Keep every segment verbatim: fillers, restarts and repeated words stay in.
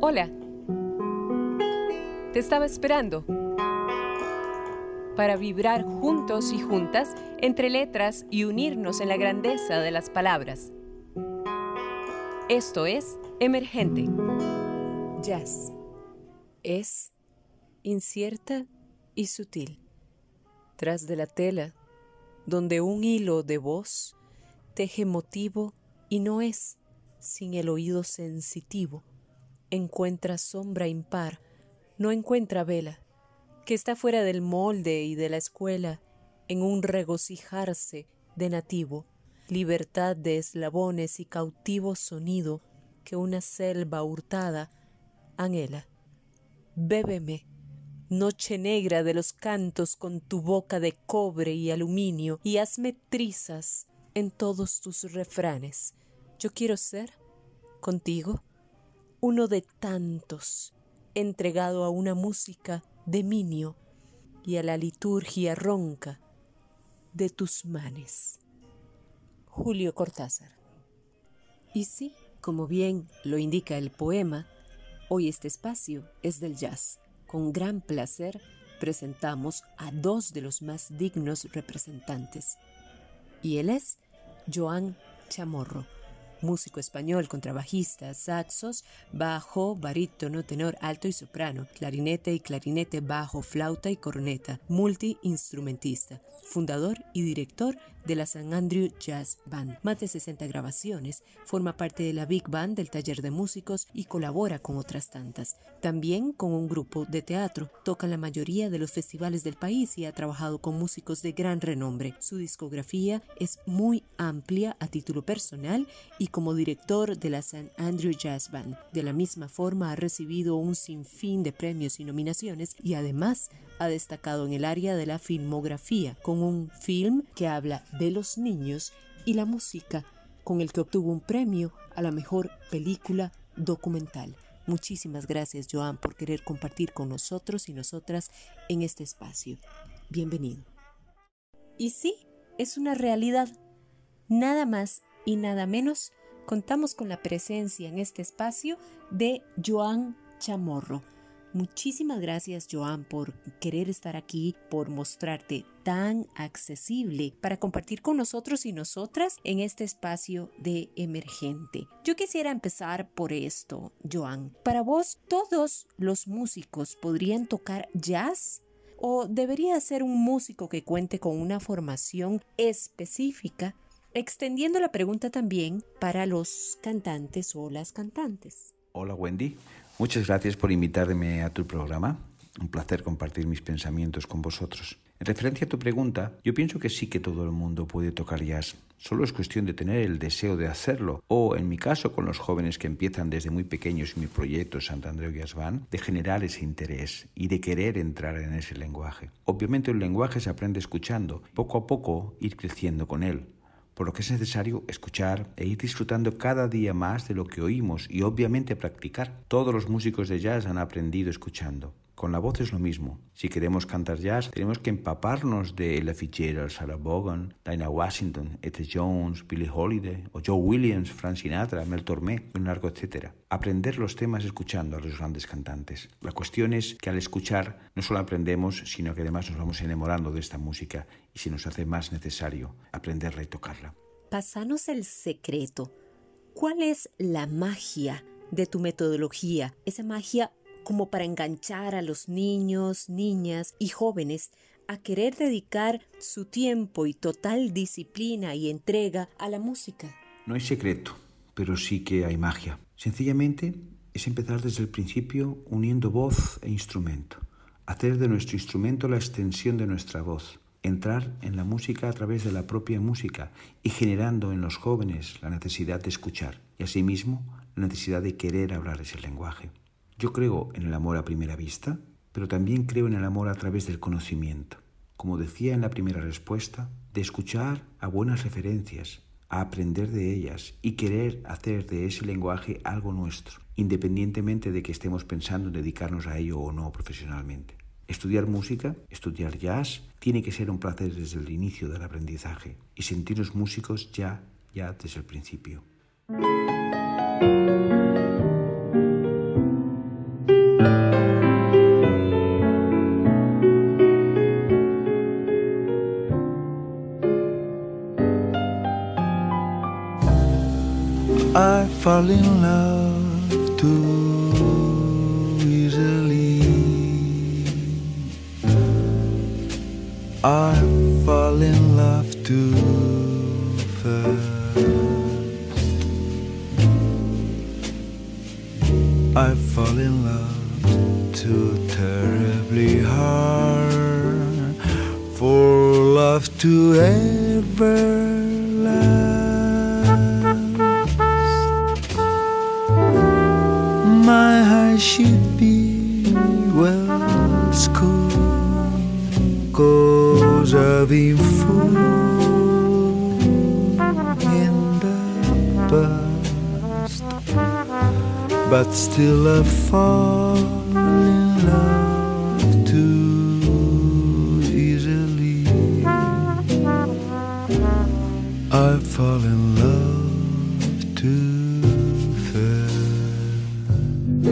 Hola, te estaba esperando para vibrar juntos y juntas entre letras y unirnos en la grandeza de las palabras. Esto es Emergente. Jazz es incierta y sutil. Tras de la tela, donde un hilo de voz teje motivo y no es sin el oído sensitivo. Encuentra sombra impar, no encuentra vela, que está fuera del molde y de la escuela, en un regocijarse de nativo, libertad de eslabones y cautivo sonido que una selva hurtada anhela. Bébeme, noche negra de los cantos con tu boca de cobre y aluminio, y hazme trizas en todos tus refranes. Yo quiero ser, contigo, uno de tantos, entregado a una música de minio y a la liturgia ronca de tus manes. Julio Cortázar. Y sí, como bien lo indica el poema, hoy este espacio es del jazz. Con gran placer presentamos a dos de los más dignos representantes. Y él es Joan Chamorro, músico español, contrabajista, saxos, bajo, barítono, tenor, alto y soprano, clarinete y clarinete, bajo, flauta y corneta, multiinstrumentista, fundador y director de la San Andrew Jazz Band. Más de sesenta grabaciones, forma parte de la Big Band del Taller de Músicos y colabora con otras tantas. También con un grupo de teatro, toca en la mayoría de los festivales del país y ha trabajado con músicos de gran renombre. Su discografía es muy amplia a título personal y como director de la San Andrew Jazz Band. De la misma forma ha recibido un sinfín de premios y nominaciones y además ha destacado en el área de la filmografía con un film que habla de los niños y la música, con el que obtuvo un premio a la mejor película documental. Muchísimas gracias, Joan, por querer compartir con nosotros y nosotras en este espacio. Bienvenido. Y sí, es una realidad. Nada más y nada menos, contamos con la presencia en este espacio de Joan Chamorro. Muchísimas gracias, Joan, por querer estar aquí, por mostrarte tan accesible para compartir con nosotros y nosotras en este espacio de Emergente. Yo quisiera empezar por esto, Joan. Para vos, ¿todos los músicos podrían tocar jazz? ¿O debería ser un músico que cuente con una formación específica? Extendiendo la pregunta también para los cantantes o las cantantes. Hola, Wendy. Muchas gracias por invitarme a tu programa. Un placer compartir mis pensamientos con vosotros. En referencia a tu pregunta, yo pienso que sí que todo el mundo puede tocar jazz. Solo es cuestión de tener el deseo de hacerlo. O, en mi caso, con los jóvenes que empiezan desde muy pequeños en mi proyecto Sant Andreu Jazz Band, de generar ese interés y de querer entrar en ese lenguaje. Obviamente un lenguaje se aprende escuchando, poco a poco ir creciendo con él. Por lo que es necesario escuchar e ir disfrutando cada día más de lo que oímos y obviamente practicar. Todos los músicos de jazz han aprendido escuchando. Con la voz es lo mismo. Si queremos cantar jazz, tenemos que empaparnos de Ella Fitzgerald, Sarah Vaughan, Dinah Washington, Etta Jones, Billie Holiday, o Joe Williams, Frank Sinatra, Mel Tormé, un largo etcétera. Aprender los temas escuchando a los grandes cantantes. La cuestión es que al escuchar no solo aprendemos, sino que además nos vamos enamorando de esta música y se nos hace más necesario aprenderla y tocarla. Pásanos el secreto. ¿Cuál es la magia de tu metodología? Esa magia como para enganchar a los niños, niñas y jóvenes a querer dedicar su tiempo y total disciplina y entrega a la música. No hay secreto, pero sí que hay magia. Sencillamente es empezar desde el principio uniendo voz e instrumento. Hacer de nuestro instrumento la extensión de nuestra voz. Entrar en la música a través de la propia música y generando en los jóvenes la necesidad de escuchar y asimismo la necesidad de querer hablar ese lenguaje. Yo creo en el amor a primera vista, pero también creo en el amor a través del conocimiento. Como decía en la primera respuesta, de escuchar a buenas referencias, a aprender de ellas y querer hacer de ese lenguaje algo nuestro, independientemente de que estemos pensando en dedicarnos a ello o no profesionalmente. Estudiar música, estudiar jazz, tiene que ser un placer desde el inicio del aprendizaje y sentirnos músicos ya, ya desde el principio. fall in love too easily. I fall in love too fast. I fall in love too terribly hard for love to ever last. My heart should be well schooled, 'cause I've been fooled in the past, but still I fall in love too easily. I fall in love too fast.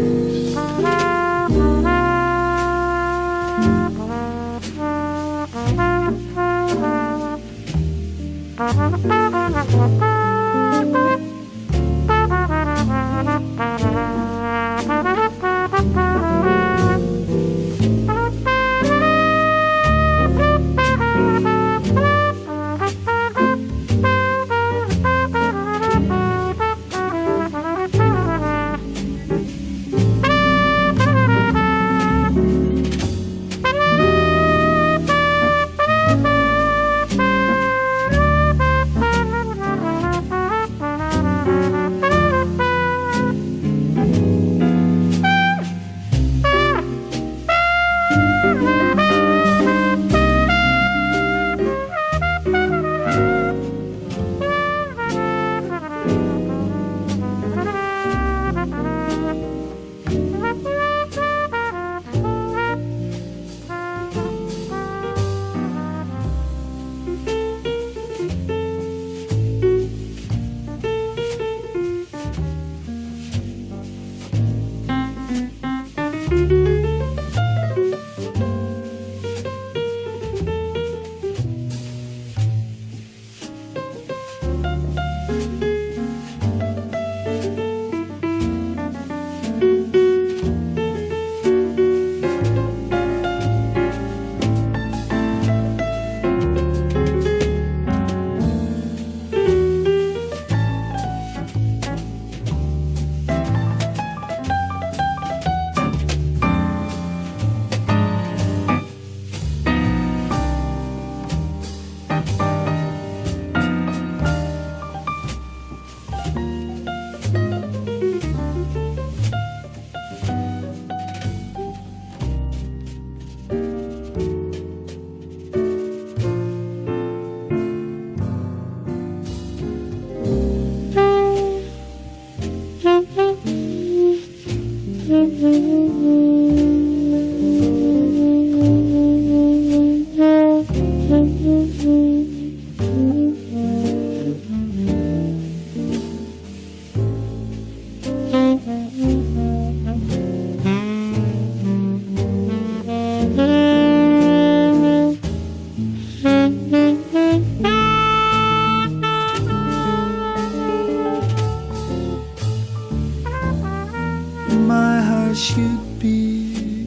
My heart should be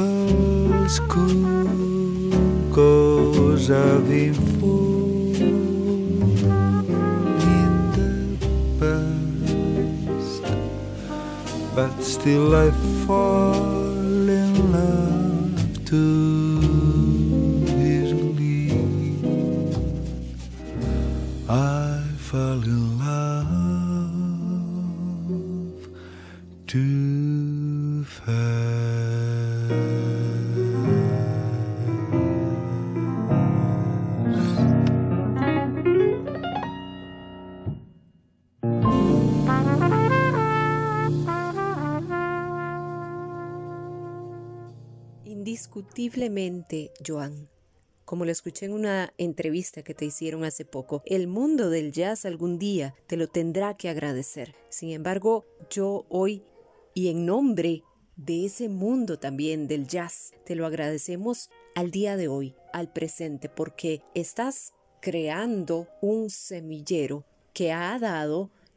well schooled, 'cause I've been fooled in the past, but still I fall in love too easily. I fall in love too fast. Indiscutiblemente, Joan, como lo escuché en una entrevista que te hicieron hace poco, el mundo del jazz algún día te lo tendrá que agradecer. Sin embargo, yo hoy, y en nombre de ese mundo también del jazz, te lo agradecemos al día de hoy, al presente, porque estás creando un semillero que ha dado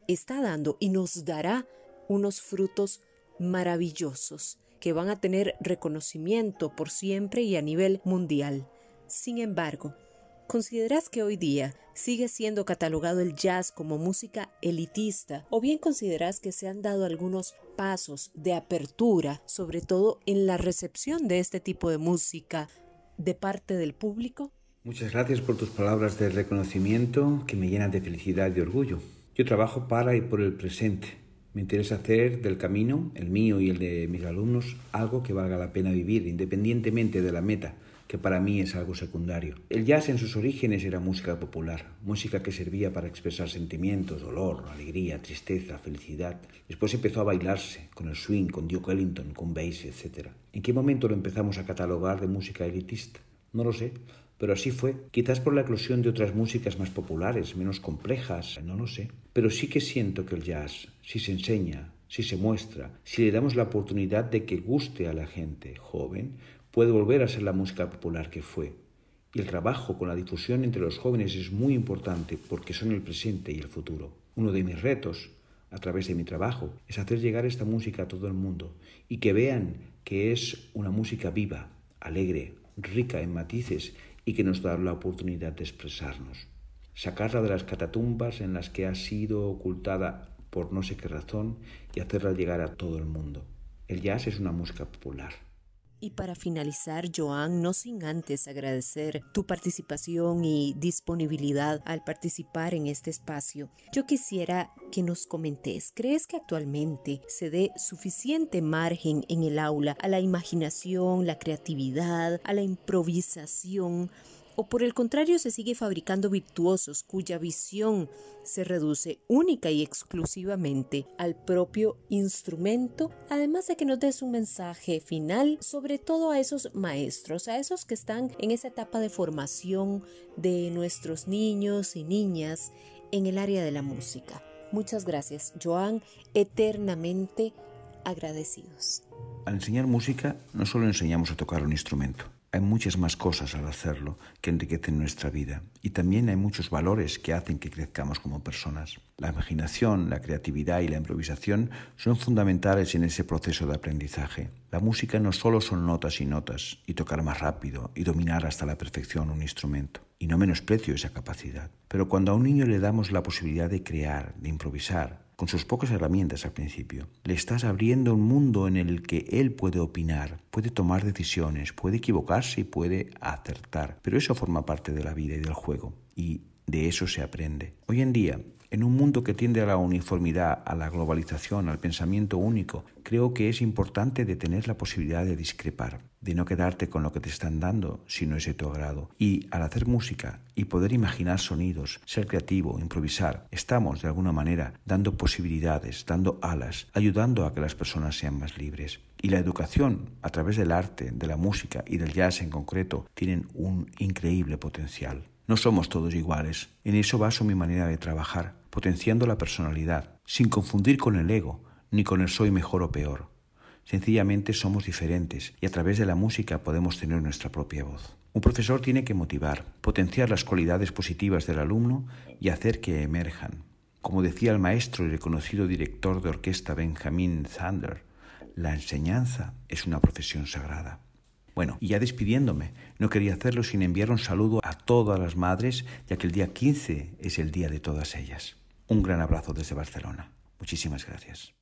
está dando y nos dará unos frutos maravillosos que van a tener reconocimiento por siempre y a nivel mundial. Sin embargo, ¿consideras que hoy día sigue siendo catalogado el jazz como música elitista o bien consideras que se han dado algunos pasos de apertura, sobre todo en la recepción de este tipo de música de parte del público? Muchas gracias por tus palabras de reconocimiento que me llenan de felicidad y de orgullo. Yo trabajo para y por el presente. Me interesa hacer del camino, el mío y el de mis alumnos, algo que valga la pena vivir, independientemente de la meta, que para mí es algo secundario. El jazz en sus orígenes era música popular, música que servía para expresar sentimientos, dolor, alegría, tristeza, felicidad. Después empezó a bailarse, con el swing, con Duke Ellington, con Bass, etcétera. ¿En qué momento lo empezamos a catalogar de música elitista? No lo sé, pero así fue. Quizás por la eclosión de otras músicas más populares, menos complejas, no lo sé. Pero sí que siento que el jazz, si se enseña, si se muestra, si le damos la oportunidad de que guste a la gente joven, puede volver a ser la música popular que fue. Y el trabajo con la difusión entre los jóvenes es muy importante porque son el presente y el futuro. Uno de mis retos, a través de mi trabajo, es hacer llegar esta música a todo el mundo y que vean que es una música viva, alegre, rica en matices y que nos da la oportunidad de expresarnos. Sacarla de las catatumbas en las que ha sido ocultada por no sé qué razón y hacerla llegar a todo el mundo. El jazz es una música popular. Y para finalizar, Joan, no sin antes agradecer tu participación y disponibilidad al participar en este espacio, yo quisiera que nos comentes, ¿crees que actualmente se dé suficiente margen en el aula a la imaginación, la creatividad, a la improvisación? ¿O por el contrario se sigue fabricando virtuosos cuya visión se reduce única y exclusivamente al propio instrumento? Además de que nos des un mensaje final, sobre todo a esos maestros, a esos que están en esa etapa de formación de nuestros niños y niñas en el área de la música. Muchas gracias, Joan, eternamente agradecidos. Al enseñar música, no solo enseñamos a tocar un instrumento. Hay muchas más cosas al hacerlo que enriquecen nuestra vida y también hay muchos valores que hacen que crezcamos como personas. La imaginación, la creatividad y la improvisación son fundamentales en ese proceso de aprendizaje. La música no solo son notas y notas y tocar más rápido y dominar hasta la perfección un instrumento. Y no menosprecio esa capacidad. Pero cuando a un niño le damos la posibilidad de crear, de improvisar, con sus pocas herramientas al principio, le estás abriendo un mundo en el que él puede opinar, puede tomar decisiones, puede equivocarse y puede acertar. Pero eso forma parte de la vida y del juego, y de eso se aprende. Hoy en día, en un mundo que tiende a la uniformidad, a la globalización, al pensamiento único, creo que es importante de tener la posibilidad de discrepar, de no quedarte con lo que te están dando si no es de tu agrado. Y al hacer música y poder imaginar sonidos, ser creativo, improvisar, estamos de alguna manera dando posibilidades, dando alas, ayudando a que las personas sean más libres. Y la educación, a través del arte, de la música y del jazz en concreto, tienen un increíble potencial. No somos todos iguales. En eso baso mi manera de trabajar, potenciando la personalidad, sin confundir con el ego, ni con el soy mejor o peor. Sencillamente somos diferentes y a través de la música podemos tener nuestra propia voz. Un profesor tiene que motivar, potenciar las cualidades positivas del alumno y hacer que emerjan. Como decía el maestro y reconocido director de orquesta Benjamin Zander, la enseñanza es una profesión sagrada. Bueno, y ya despidiéndome, no quería hacerlo sin enviar un saludo a todas las madres, ya que el día quince es el día de todas ellas. Un gran abrazo desde Barcelona. Muchísimas gracias.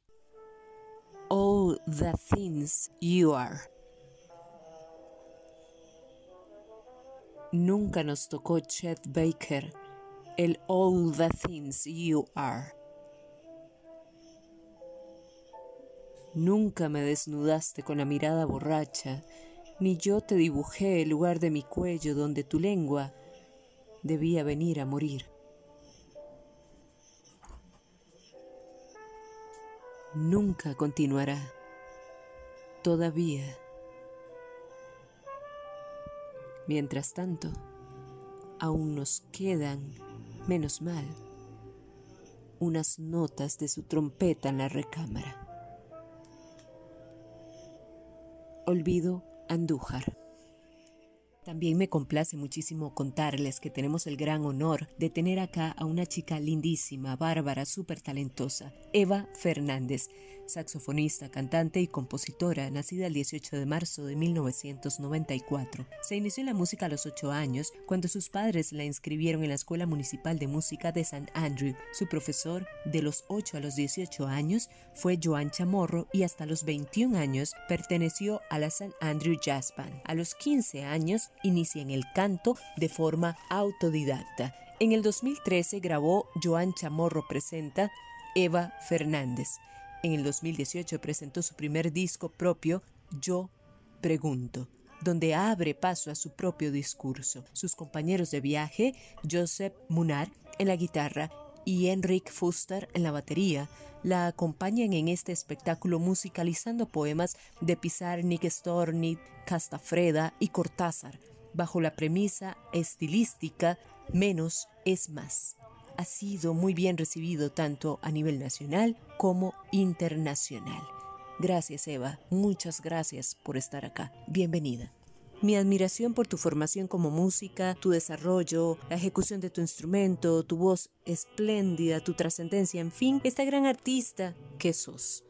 All the things you are. Nunca nos tocó Chet Baker el All the things you are. Nunca me desnudaste con la mirada borracha, ni yo te dibujé el lugar de mi cuello donde tu lengua debía venir a morir. Nunca continuará, todavía. Mientras tanto, aún nos quedan, menos mal, unas notas de su trompeta en la recámara. Olvido Andújar. También me complace muchísimo contarles que tenemos el gran honor de tener acá a una chica lindísima, bárbara, súper talentosa, Eva Fernández, saxofonista, cantante y compositora, nacida el dieciocho de marzo de mil novecientos noventa y cuatro. Se inició en la música a los ocho años, cuando sus padres la inscribieron en la Escuela Municipal de Música de San Andrew. Su profesor de los ocho a los dieciocho años fue Joan Chamorro y hasta los veintiún años perteneció a la San Andrew Jazz Band. A los quince años inicia en el canto de forma autodidacta. En el dos mil trece grabó Joan Chamorro presenta Eva Fernández. En el dos mil dieciocho presentó su primer disco propio, Yo Pregunto, donde abre paso a su propio discurso. Sus compañeros de viaje, Joseph Munar en la guitarra y Enric Fuster en la batería, la acompañan en este espectáculo musicalizando poemas de Pizarnik, Storni, Castafreda y Cortázar, bajo la premisa estilística menos es más. Ha sido muy bien recibido tanto a nivel nacional como internacional. Gracias, Eva. Muchas gracias por estar acá. Bienvenida. Mi admiración por tu formación como música, tu desarrollo, la ejecución de tu instrumento, tu voz espléndida, tu trascendencia, en fin, esta gran artista que sos.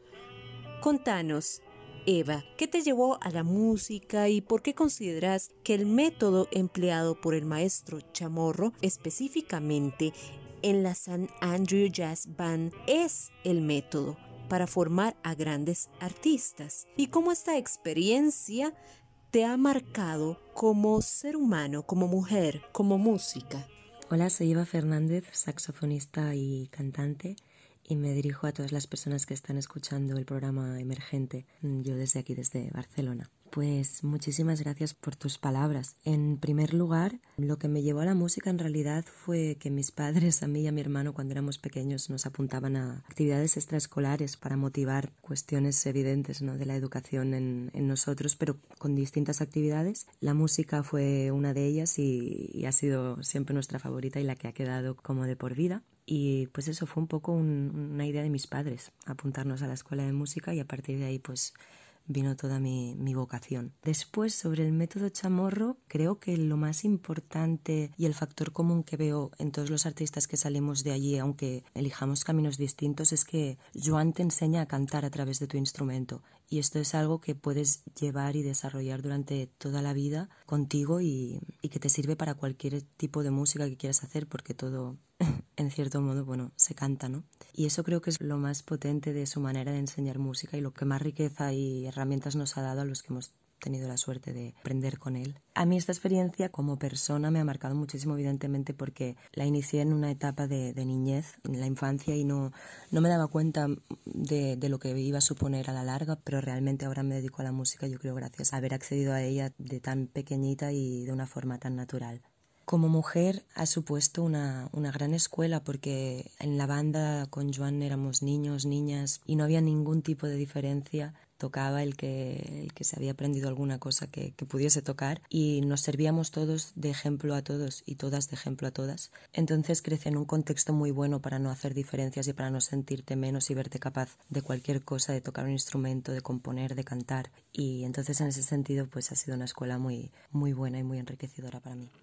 Contanos, Eva, ¿qué te llevó a la música y por qué consideras que el método empleado por el maestro Chamorro, específicamente en la San Andrew Jazz Band, es el método para formar a grandes artistas? ¿Y cómo esta experiencia te ha marcado como ser humano, como mujer, como música? Hola, soy Eva Fernández, saxofonista y cantante, y me dirijo a todas las personas que están escuchando el programa Emergente, yo desde aquí, desde Barcelona. Pues muchísimas gracias por tus palabras. En primer lugar, lo que me llevó a la música en realidad fue que mis padres, a mí y a mi hermano, cuando éramos pequeños, nos apuntaban a actividades extraescolares para motivar cuestiones evidentes, ¿no?, de la educación en, en nosotros, pero con distintas actividades. La música fue una de ellas y, y ha sido siempre nuestra favorita y la que ha quedado como de por vida. Y pues eso fue un poco un, una idea de mis padres, apuntarnos a la escuela de música, y a partir de ahí pues vino toda mi, mi vocación. Después, sobre el método Chamorro, creo que lo más importante y el factor común que veo en todos los artistas que salimos de allí, aunque elijamos caminos distintos, es que Joan te enseña a cantar a través de tu instrumento. Y esto es algo que puedes llevar y desarrollar durante toda la vida contigo y, y que te sirve para cualquier tipo de música que quieras hacer, porque todo, en cierto modo, bueno, se canta, ¿no? Y eso creo que es lo más potente de su manera de enseñar música y lo que más riqueza y herramientas nos ha dado a los que hemos tenido la suerte de aprender con él. A mí esta experiencia como persona me ha marcado muchísimo, evidentemente, porque la inicié en una etapa de, de niñez, en la infancia, y no, no me daba cuenta de, de lo que iba a suponer a la larga, pero realmente ahora me dedico a la música, yo creo, gracias a haber accedido a ella de tan pequeñita y de una forma tan natural. Como mujer ha supuesto una, una gran escuela, porque en la banda con Joan éramos niños, niñas, y no había ningún tipo de diferencia. Tocaba el que, el que se había aprendido alguna cosa que, que pudiese tocar, y nos servíamos todos de ejemplo a todos y todas de ejemplo a todas. Entonces crecí en un contexto muy bueno para no hacer diferencias y para no sentirte menos y verte capaz de cualquier cosa, de tocar un instrumento, de componer, de cantar. Y entonces en ese sentido pues ha sido una escuela muy, muy buena y muy enriquecedora para mí.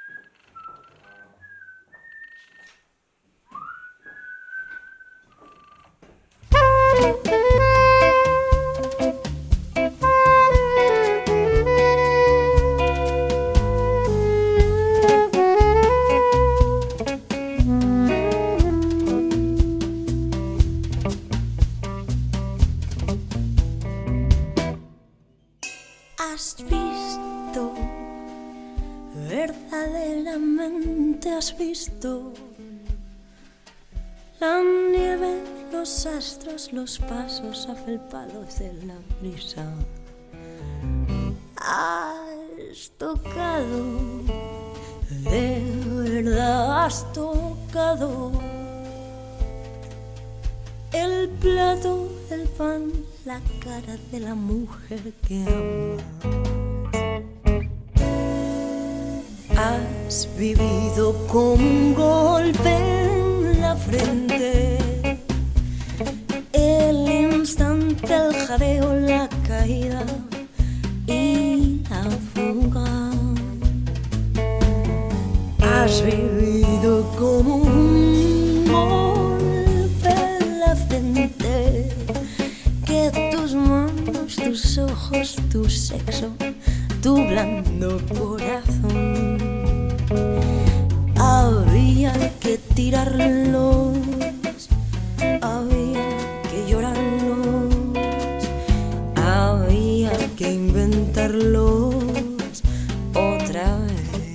Has visto, verdaderamente has visto la nieve, los astros, los pasos afelpados de la brisa. Has tocado, de verdad has tocado el plato, el pan, la cara de la mujer que amas. Has vivido con un golpe en la frente, el instante, el jadeo, la caída y la fuga. tus ojos, tu sexo, tu blando corazón. Había que tirarlos, había que llorarlos, había que inventarlos otra vez.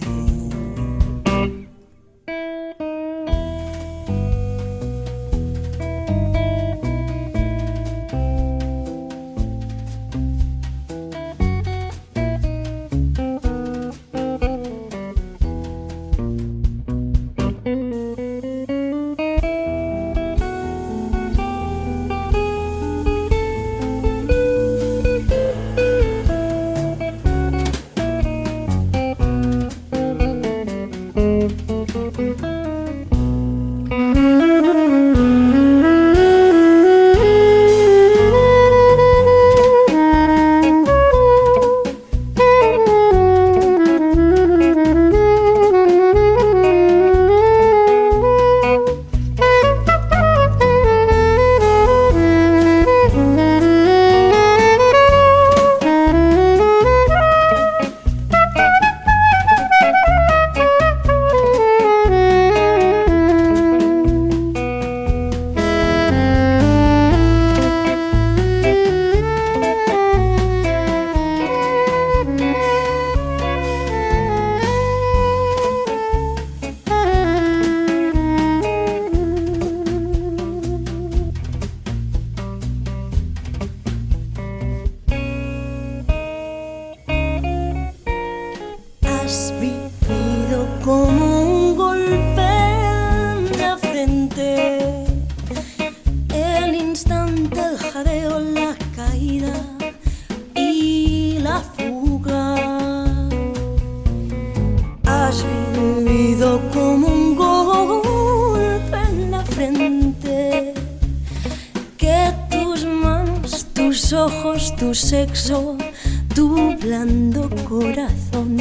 Tu sexo, tu blando corazón.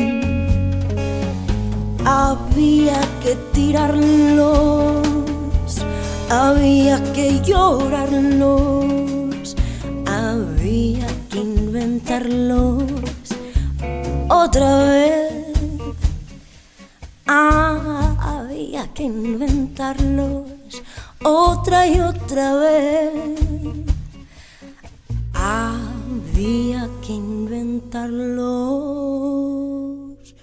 Había que tirarlos, había que llorarlos, había que inventarlos otra vez. Ah, había que inventarlos otra y otra vez. Había que inventarlos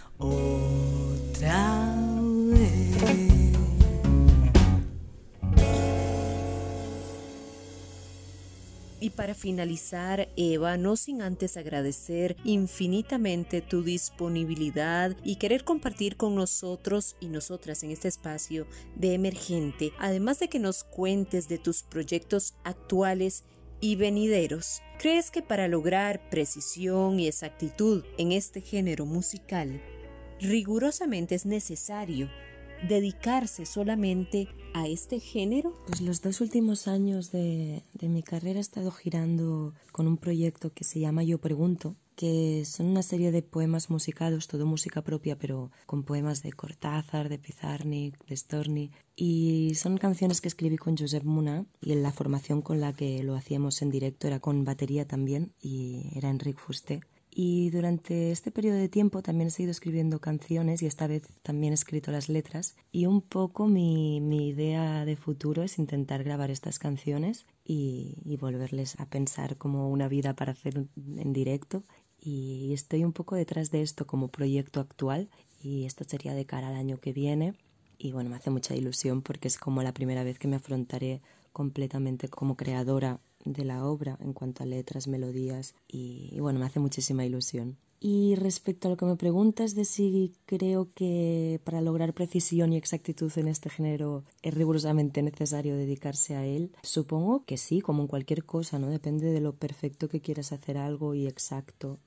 otra vez. Y para finalizar, Eva, no sin antes agradecer infinitamente tu disponibilidad y querer compartir con nosotros y nosotras en este espacio de Emergente, además de que nos cuentes de tus proyectos actuales y venideros. ¿Crees que para lograr precisión y exactitud en este género musical, rigurosamente es necesario dedicarse solamente a este género? Pues los dos últimos años de, de mi carrera he estado girando con un proyecto que se llama Yo Pregunto, que son una serie de poemas musicados, todo música propia, pero con poemas de Cortázar, de Pizarnik, de Storni. Y son canciones que escribí con Josep Muna, y en la formación con la que lo hacíamos en directo era con batería también, y era Enric Fuster. Y durante este periodo de tiempo también he seguido escribiendo canciones y esta vez también he escrito las letras. Y un poco mi, mi idea de futuro es intentar grabar estas canciones y, y volverles a pensar como una vida para hacer en directo. Y estoy un poco detrás de esto como proyecto actual y esto sería de cara al año que viene. Y bueno, me hace mucha ilusión porque es como la primera vez que me afrontaré completamente como creadora de la obra en cuanto a letras, melodías y, y bueno, me hace muchísima ilusión. Y respecto a lo que me preguntas de si creo que para lograr precisión y exactitud en este género es rigurosamente necesario dedicarse a él, supongo que sí, como en cualquier cosa, ¿no? Depende de lo perfecto que quieras hacer algo y exacto.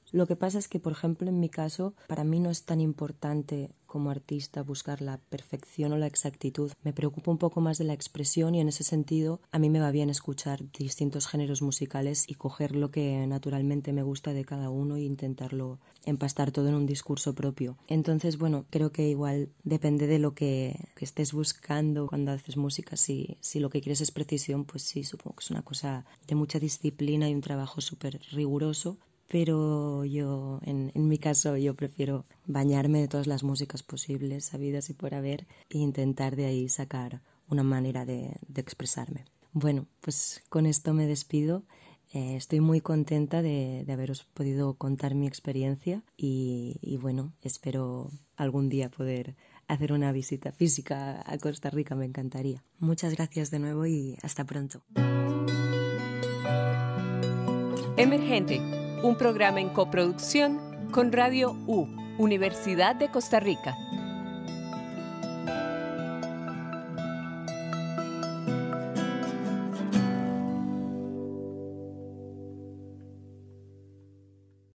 Lo que pasa es que, por ejemplo, en mi caso, para mí no es tan importante como artista buscar la perfección o la exactitud. Me preocupa un poco más de la expresión y en ese sentido a mí me va bien escuchar distintos géneros musicales y coger lo que naturalmente me gusta de cada uno e intentarlo empastar todo en un discurso propio. Entonces, bueno, creo que igual depende de lo que, que estés buscando cuando haces música. Si, si lo que quieres es precisión, pues sí, supongo que es una cosa de mucha disciplina y un trabajo súper riguroso. Pero yo, en, en mi caso, yo prefiero bañarme de todas las músicas posibles, habidas y por haber, e intentar de ahí sacar una manera de, de expresarme. Bueno, pues con esto me despido. Eh, estoy muy contenta de, de haberos podido contar mi experiencia y, y bueno, espero algún día poder hacer una visita física a Costa Rica, me encantaría. Muchas gracias de nuevo y hasta pronto. Emergente, un programa en coproducción con Radio U, Universidad de Costa Rica.